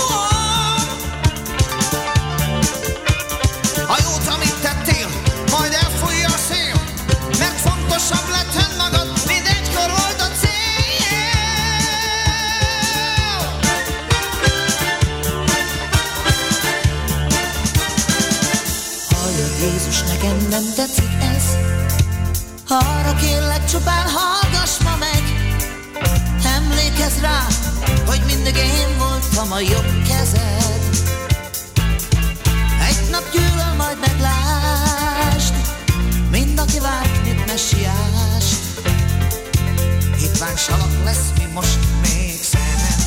A jót, amit tettél, majd elfújja a szél, mert fontosabb lett önmagad, mint egykor volt a cél. Halljad, Jézus, nekem nem tetszik ez. Arra kérlek, csupán hallgass ma meg. Emlékezz rá, hogy mindig én voltam a jobb kezed. Egy nap gyűlöl, majd meglásd, mind aki várt, mit messiást. Hitvány salak lesz, mi most még szent.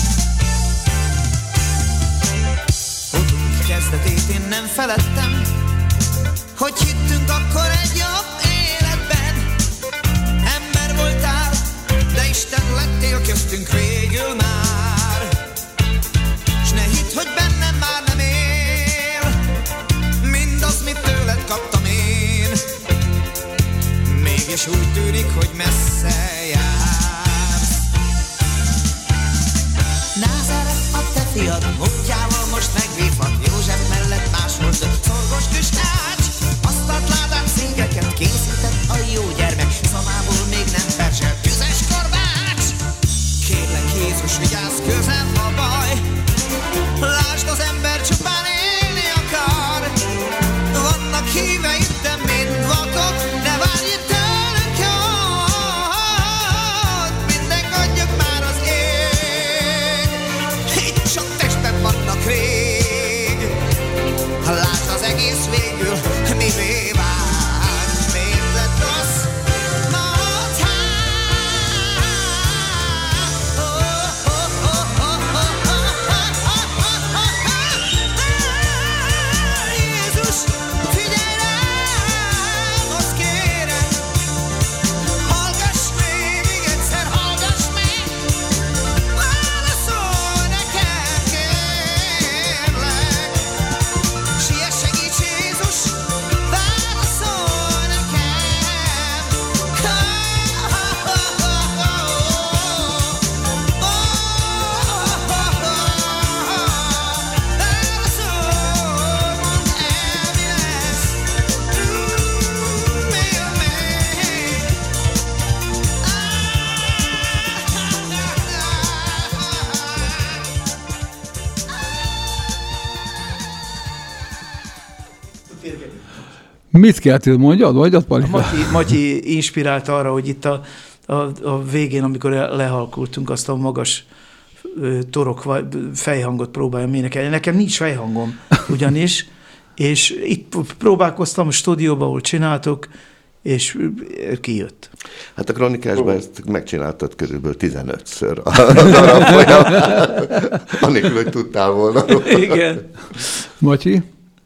Utunk kezdetét én nem feledtem, hogy hittünk akkor egy jobb életben. Ember voltál, de Isten lettél köztünk végül már. S ne hidd, hogy bennem már nem él mindaz, mit tőled kaptam én. Mégis úgy tűnik, hogy messze jársz. Názáret, a te fiad, módjával most megvívhat. József mellett más volt a szorgos tüskács. Asztaltládát, székeket készített a jó gyermek. Szamából még nem perzselt tüzes korbács. Kérlek, Jézus, vigyázz, közel a baj. Lásd, az ember csupán élni akar. Vannak híveid, de mind vakok. Ne várj tőlük jót, mindenkodjuk már az ég. Itt csak testek vannak rég. Lásd, az egész végül mivé vált. Miért lett rossz? Ma Mit kelltél mondjad, vagy az Pali? Matyi inspirált arra, hogy itt a végén, amikor lehalkultunk, azt a magas torok fejhangot próbáljam énekelni. Nekem nincs fejhangom ugyanis, és itt próbálkoztam a stúdióban, ahol csináltuk, és kijött. Hát a Kronikásban ezt megcsináltad körülbelül 15-ször a darab folyamán, anélkül, hogy tudtál volna. Igen. Matyi?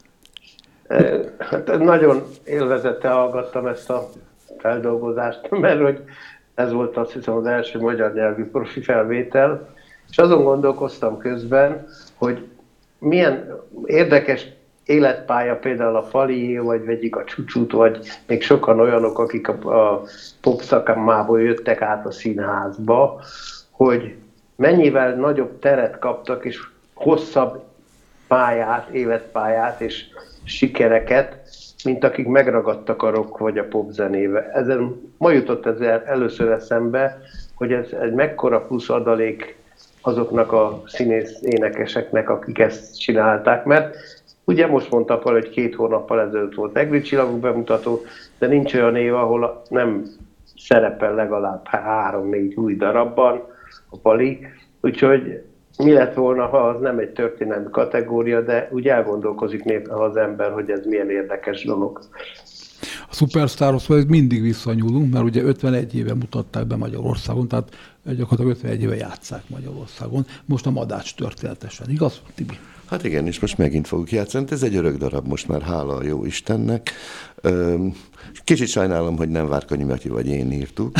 Hát nagyon élvezettel hallgattam ezt a feldolgozást, mert hogy ez volt azt hiszem az első magyar nyelvű profi felvétel, és azon gondolkoztam közben, hogy milyen érdekes életpálya például a Falié, vagy vegyük a Csucsút, vagy még sokan olyanok, akik a pop szakmából jöttek át a színházba, hogy mennyivel nagyobb teret kaptak, és hosszabb pályát, életpályát és sikereket, mint akik megragadtak a rock vagy a pop zenébe. Ezen ma jutott ez először eszembe, hogy ez egy mekkora plusz adalék azoknak a színész énekeseknek, akik ezt csinálták, mert ugye most mondta Pali, hogy 2 hónappal ezelőtt volt Egri Csillagok bemutató, de nincs olyan év, ahol nem szerepel legalább 3-4 új darabban a Pali, úgyhogy mi lett volna, ha az nem egy történelmi kategória, de úgy elgondolkozik néha az ember, hogy ez milyen érdekes dolog. A Superstarhoz mindig visszanyúlunk, mert ugye 51 éve mutatták be Magyarországon, tehát gyakorlatilag 51 éve játsszák Magyarországon. Most a Madács történetesen, igaz, Tibi? Hát igen, és most megint fogjuk játszani. Ez egy örök darab most már, hála a jó Istennek. Kicsit sajnálom, hogy nem Várkonyi Matyi vagy én írtuk.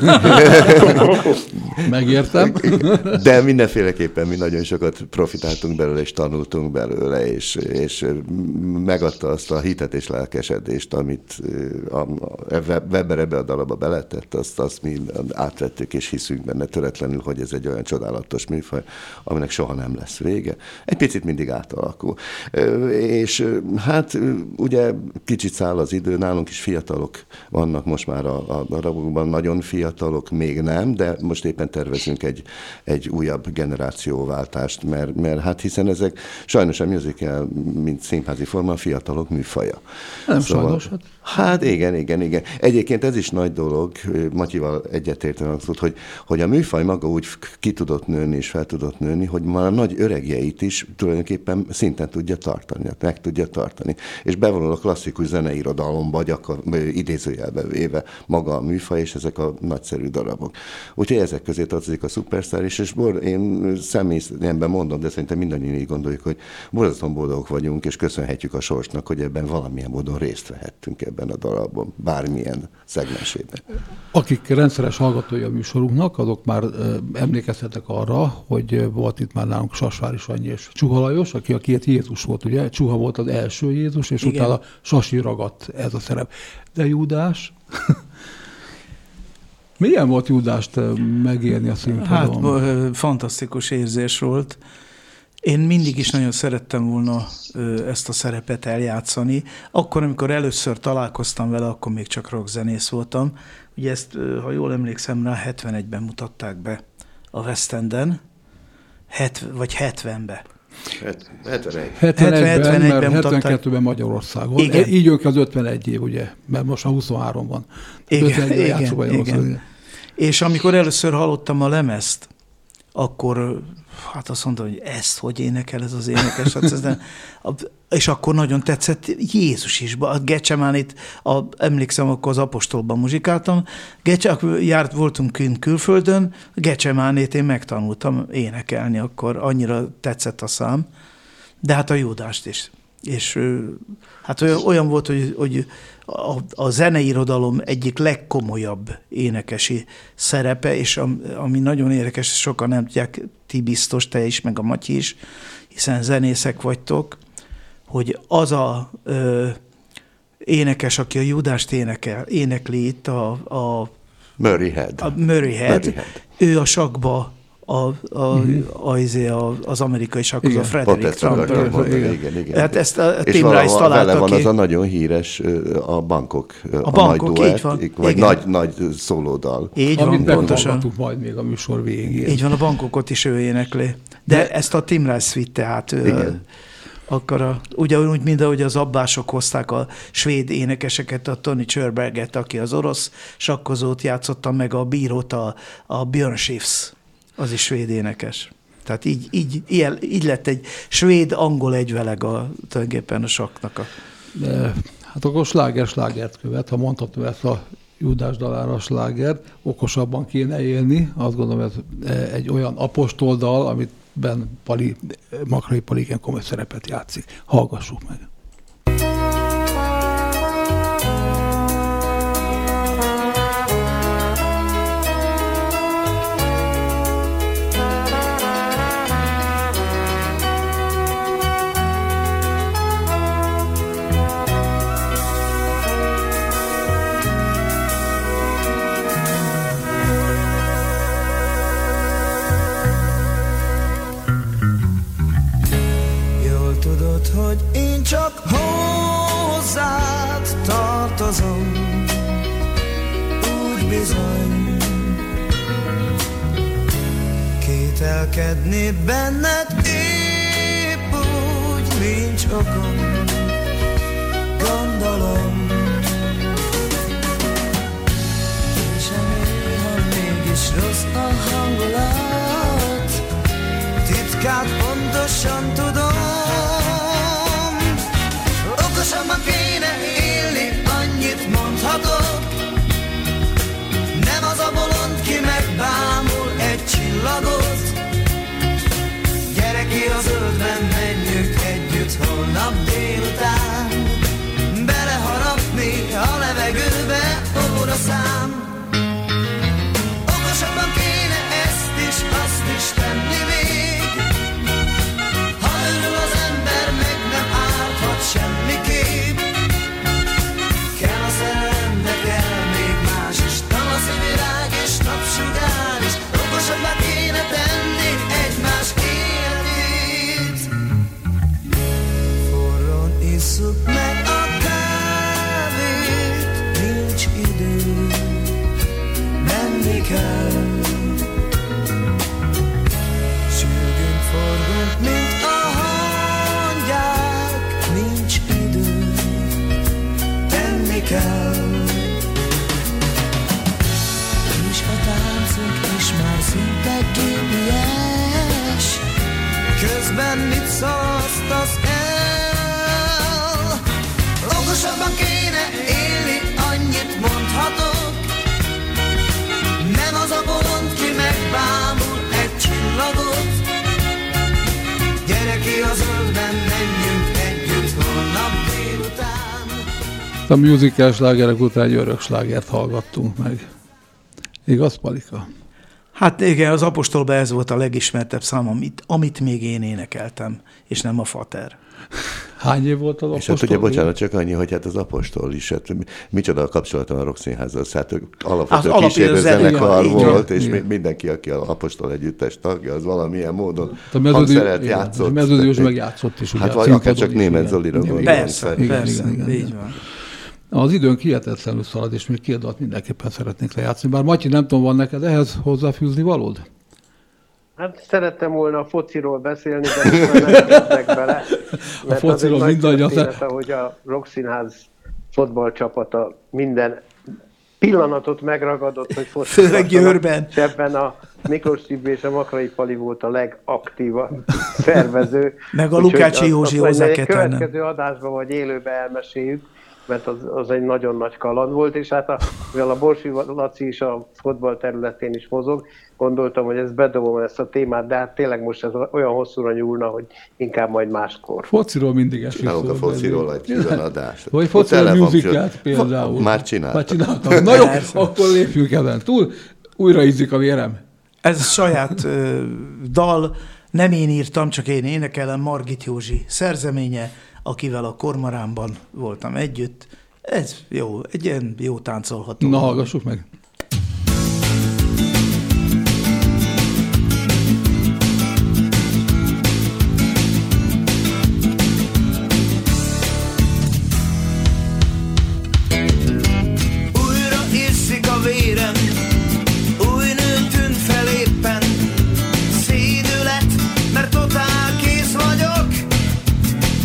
Megértem. De mindenféleképpen mi nagyon sokat profitáltunk belőle, és tanultunk belőle, és megadta azt a hitet és lelkesedést, amit a Weber ebbe a dalaba beletett, azt mi átvettük, és hiszünk benne töretlenül, hogy ez egy olyan csodálatos műfaj, aminek soha nem lesz vége. Egy picit mindig átalakul. És hát ugye kicsit száll az idő, nálunk is fiatalok vannak most már a darabokban, nagyon fiatalok még nem, de most éppen tervezünk egy újabb generációváltást, mert hát hiszen ezek sajnos a musical, mint színházi forma, a fiatalok műfaja. Nem szóval, sajnos. Hát igen. Egyébként ez is nagy dolog, Matyival egyetértően hogy a műfaj maga úgy ki tudott nőni és fel tudott nőni, hogy már a nagy öregjeit is tulajdonképpen szinten tudja tartani, meg tudja tartani. És bevonul a klasszikus zeneirodalomba, idézőjelbe véve maga a műfaj, és ezek a nagyszerű darabok. Úgyhogy ezek közé tartozik a Superstar is, és én személyemben mondom, de szerintem mindannyian így gondoljuk, hogy borzasztóan boldogok vagyunk, és köszönhetjük a sorsnak, hogy ebben valamilyen módon részt vehettünk ebben a darabban, bármilyen szegmensében. Akik rendszeres hallgatói a műsorunknak, azok már emlékezhetek arra, hogy volt itt már nálunk Sasvári Sanyi és Csuha Lajos, aki a 2 Jézus volt, ugye? Csuha volt az első Jézus, és igen, utána Sasi ragadt ez a szerep. De Júdás... Milyen volt Júdást megélni a színpadon? Hát fantasztikus érzés volt. Én mindig is nagyon szerettem volna ezt a szerepet eljátszani. Akkor, amikor először találkoztam vele, akkor még csak rockzenész voltam. Ugye ezt, ha jól emlékszem rá, 71-ben mutatták be a West Enden, vagy 70-ben. 71-ben, mert 72-ben Magyarországon. Igen. Így ők az 51 év, ugye, mert most a 23 van. Igen. És amikor először hallottam a lemezt, akkor hát azt mondtam, hogy ezt hogy énekel ez az énekes? És akkor nagyon tetszett Jézus is. A Gecsemánét, emlékszem, akkor az Apostolban muzsikáltam. Voltunk külföldön, Gecsemánét én megtanultam énekelni, akkor annyira tetszett a szám. De hát a Júdást is. És hát olyan volt, hogy a zeneirodalom egyik legkomolyabb énekesi szerepe, és ami nagyon érdekes, sokan nem tudják, ti biztos, te is, meg a Matyi is, hiszen zenészek vagytok, hogy az a énekes, aki a Júdást énekli itt, a Murray Head, ő a sakba az amerikai sakhoz, a Frederick Trumper. Igen. Hát ezt a Tim Rice találta vele van ki. az a nagyon híres a Bangkok, Bangkok, nagy duett, így van. vagy nagy szólódal. Így van, amit pontosan. majd még a műsor végén. Így van, a Bangkokot is ő énekli. De ezt a Tim Rice vitte, hát akkor ugyanúgy, mint ahogy az abbások hozták a svéd énekeseket, a Tony Scherberget, aki az orosz sakkozót játszotta, meg a bírót, a Björn Skifs, az is svéd énekes. Tehát így lett egy svéd-angol egyveleg tulajdonképpen a sakknak. Hát akkor slágert követ, ha mondható ezt a Júdás dalára a slágert, okosabban kéne élni. Azt gondolom, ez egy olyan apostoldal, amit Makrai Pali igen komoly szerepet játszik. Hallgassuk meg. Hogy én csak hozzád tartozom, úgy bizony kételkedni benned épp úgy nincs okom, gondolom. És néha mégis rossz a hangulat, titkát pontosan tudom. Okosabban kéne élni, annyit mondhatok. Nem az a bolond, ki megbámul egy csillagot. Gyere ki a zöldben, menjünk együtt holnap délután. Beleharapni a levegőbe óraszám. Okosabban kéne ezt is, azt is tenni még. Ha örül az ember, meg nem árthat semmiképp. Kell a szerelem, de kell még más is. Tavaszi virág és napsugár is. Okosabbá kéne tenni egymás életét. Forrón isszuk meg a kávét, nincs idő, menni kell. Sürgőn forgunk, mint a hangyák, nincs idő, tenni kell. És a táncunk is már szinte gépies, közben mit szalasztasz el? Okosabban kéne élni, annyit mondhatok. Nem az a bolond, ki megbámul egy csillagot. Gyere ki a zöldben, menjünk együtt holnap délután. A musical slágerek után egy örök slágert hallgattunk meg. Igaz, Palika? Hát igen, az Apostolban ez volt a legismertebb szám, amit még én énekeltem, és nem a Fater. Hány év volt az Apostol? És hát ugye, bocsánat, csak annyi, hogy hát az Apostol is, hát micsoda a kapcsolatom a Rokszínházzal, hát alapvetően kísérő zenekar volt, és mindenki, aki az Apostol együttes tagja, az valamilyen módon hangszeret játszott. A Meződiós megjátszott is. Hát vagy akár csak Németh Zolira gondolom. Persze, így van. Az időnk hihetetlenül szalad, és még két dalt mindenképpen szeretnék lejátszani. Bár Matyi, nem tudom, van neked ehhez hozzáfűzni valód? Hát szerettem volna a fociról beszélni, de most nem kezdek bele. A fociról mindannyian. Hogy a Rokszínház fotballcsapata minden pillanatot megragadott, hogy fociról. Főleg Győrben. És ebben a Miklós Tibi és a Makrai Pali volt a legaktívabb szervező. Meg a Lukácsi Józsi hozzá kell tennem. Következő adásban vagy élőben elmeséljük, mert az egy nagyon nagy kaland volt, és hát mivel a Borsi Laci is a fotball területén is mozog, gondoltam, hogy ezt bedobom ezt a témát, de hát tényleg most ez olyan hosszúra nyúlna, hogy inkább majd máskor. Fociról mindig esik szó. A fociról egy külön adást. Vagy fociról musicalt például. Már csináltam. Na jó, akkor lépjünk ezen túl. Újra ízik a vérem. Ez saját dal, nem én írtam, csak én énekelem, Margit Józsi szerzeménye, akivel a Kormoránban voltam együtt. Ez jó, egy ilyen jó táncolható. Na, hallgassuk meg. Újra iszik a vérem, új nő tűnt fel éppen. Szédület, mert totál kész vagyok.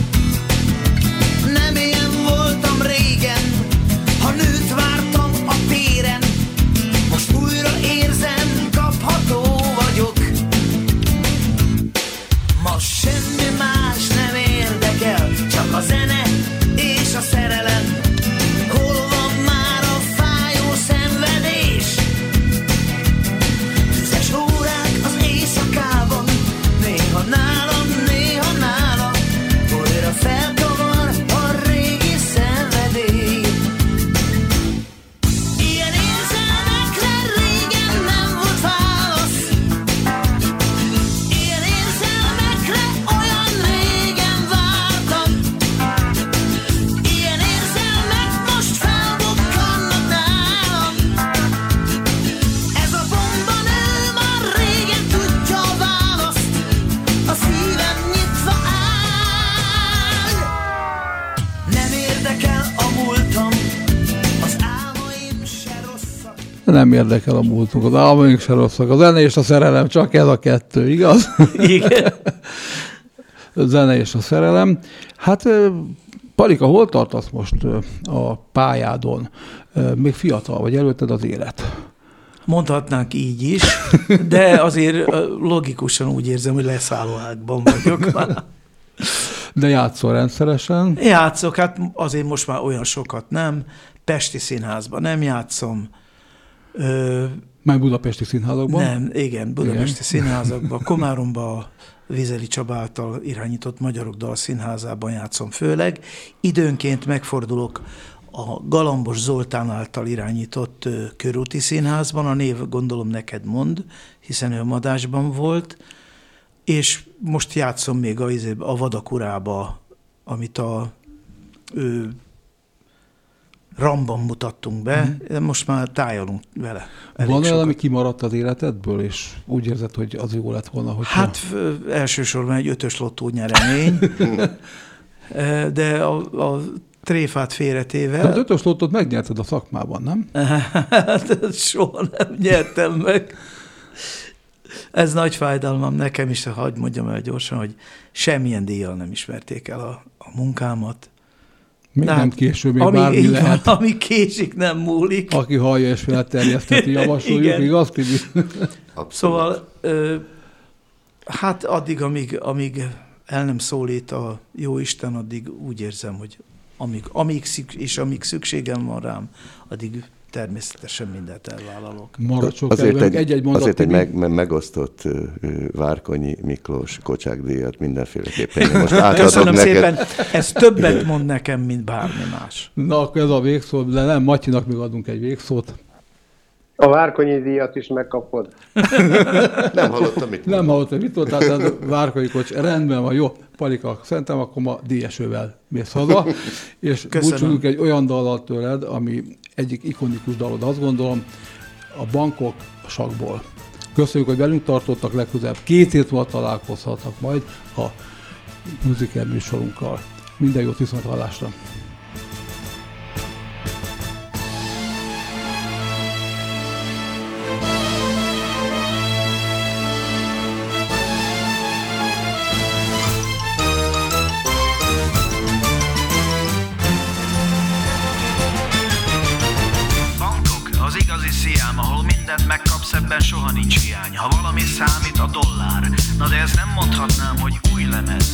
Nem érdekel a múltunk, az álmaink se rosszak. A zene és a szerelem, csak ez a kettő, igaz? Igen. A zene és a szerelem. Hát, Palika, hol tartasz most a pályádon? Még fiatal vagy, előtted az élet. Mondhatnánk így is, de azért logikusan úgy érzem, hogy leszállóágban vagyok már. De játszol rendszeresen? Játszok, hát azért most már olyan sokat nem. Pesti színházban nem játszom. Meg budapesti színházakban? Nem, igen, budapesti színházakban. Komáromban a Vizeli Csaba által irányított Magyarok Dalszínházában játszom főleg. Időnként megfordulok a Galambos Zoltán által irányított Körúti Színházban, a név gondolom neked mond, hiszen ő Madásban volt, és most játszom még a Vadakurába, amit a Ramban mutattunk be, most már tájolunk vele. Van olyan, ami kimaradt az életedből, és úgy érzed, hogy az jó lett volna, hogy... Hát elsősorban egy 5-ös lottó nyeremény, de a tréfát félretéve... De az 5-ös lottót megnyerted a szakmában, nem? Hát soha nem nyertem meg. Ez nagy fájdalmam nekem is, hadd mondjam el gyorsan, hogy semmilyen díjjal nem ismerték el a munkámat. Még nem késő, még bármi lehet. Van, ami késik, nem múlik. Aki hallja és felterjeszteti, javasoljuk, igaz, Tibi? Szóval, hát addig, amíg el nem szólít a Jóisten, addig úgy érzem, hogy amíg szükségem van rám, addig természetesen mindent elvállalok. Azért egy megosztott Várkonyi Miklós Kocsákdíjat mindenféleképpen. Most köszönöm szépen, ez többet mond nekem, mint bármi más. Na, akkor ez a végszó, de nem, Matyinak még adunk egy végszót. A Várkonyi díjat is megkapod. Nem hallottam, mit Nem hallottam, mit volt, tehát a Várkonyi Kocs, rendben van, jó, Palika, szerintem akkor ma díjesővel mész haza, és búcsújunk egy olyan dallal tőled, ami egyik ikonikus dalod, azt gondolom, a Bankok a sakkból. Köszönjük, hogy velünk tartottak, legközelebb 2 hét múlva találkozhatnak majd a musical műsorunkkal. Minden jót, viszonthallásra! Ebben soha nincs hiány, ha valami számít a dollár. Na de ezt nem mondhatnám, hogy új lemez.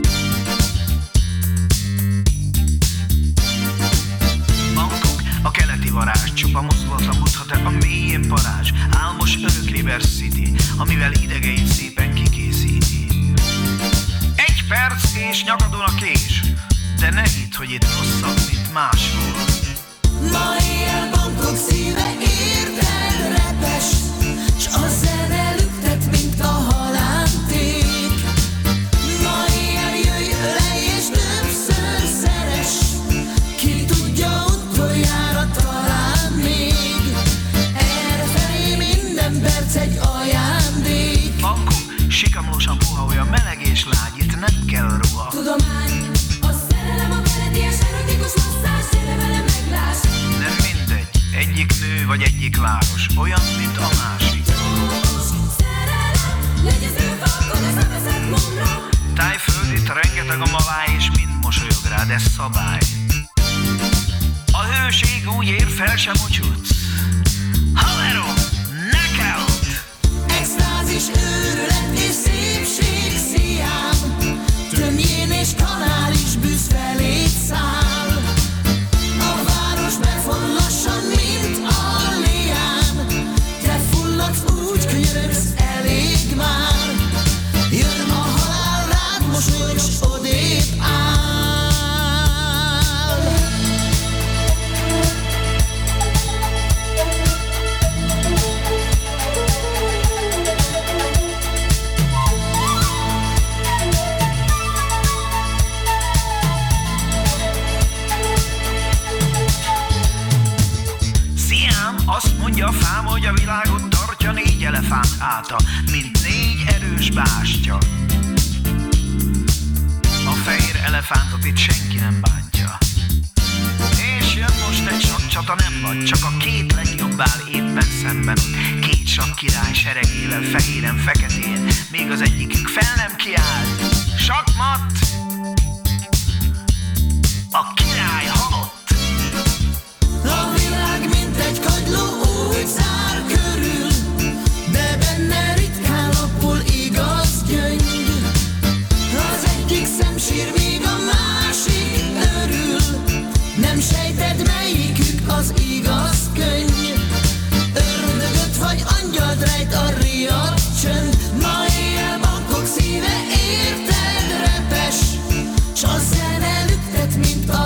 Bankok, a keleti varázs, csupa mozdulatra mutathat a mélyén parázs. Álmos örök River City, amivel idegeit szépen kikészíti. 1 perc és nyakadon a kés, de ne hidd, hogy itt rosszabb, mint máshol. Ma éjjel Bankok szíve érted repes, s a zene lüktet, mint a halánték. Ma éjjel jöjj le és többször szeres, ki tudja utoljára talán még. Errefelé minden perc egy ajándék. Bankok, sikamlósan puha, olyan meleg és lágy, itt nem kell ruha. Tudomány, a szerelem, a keleties erotikus masszázs, gyere vele megláss. Nem mindegy, egyik nő vagy egyik város, olyan, mint a másik. Szerelem, legyező falkod, ez nem eszed mumra. Tájföld, itt rengeteg a maláj, és mind mosolyog rád, ez szabály. A hőség úgy ér, fel sem mocsutsz. Haveró, knockout! Extázis, őrület és szépség szíján, tömjén és kanál is bűz feléd száll. A város befon lassan, mint a lián, te fulladsz, úgy könyörögsz, elég már. Jön a halál rád, mosolyog, s odébb áll. Azt mondja a fám, hogy a világot tartja 4 elefánt áta, mint 4 erős bástya. A fehér elefántot itt senki nem bántja. És jön most egy sakcsata, nem vagy, csak a 2 legjobb jobb áll éppen szemben ott két sakkirály seregével, fehéren, feketén. Még az egyikük fel nem kiállt. Sakmat! A király halott! A világ mint egy kagyló úgy zár körül, de benne ritkán lapul igaz gyöngy. Az egyik szem sír, míg a másik örül, nem sejted melyikük az igaz könny. Ördögöt vagy angyalt rejt a riadt csönd, ma éjjel bankok szíve érted repes, s a zene lüktet, mint a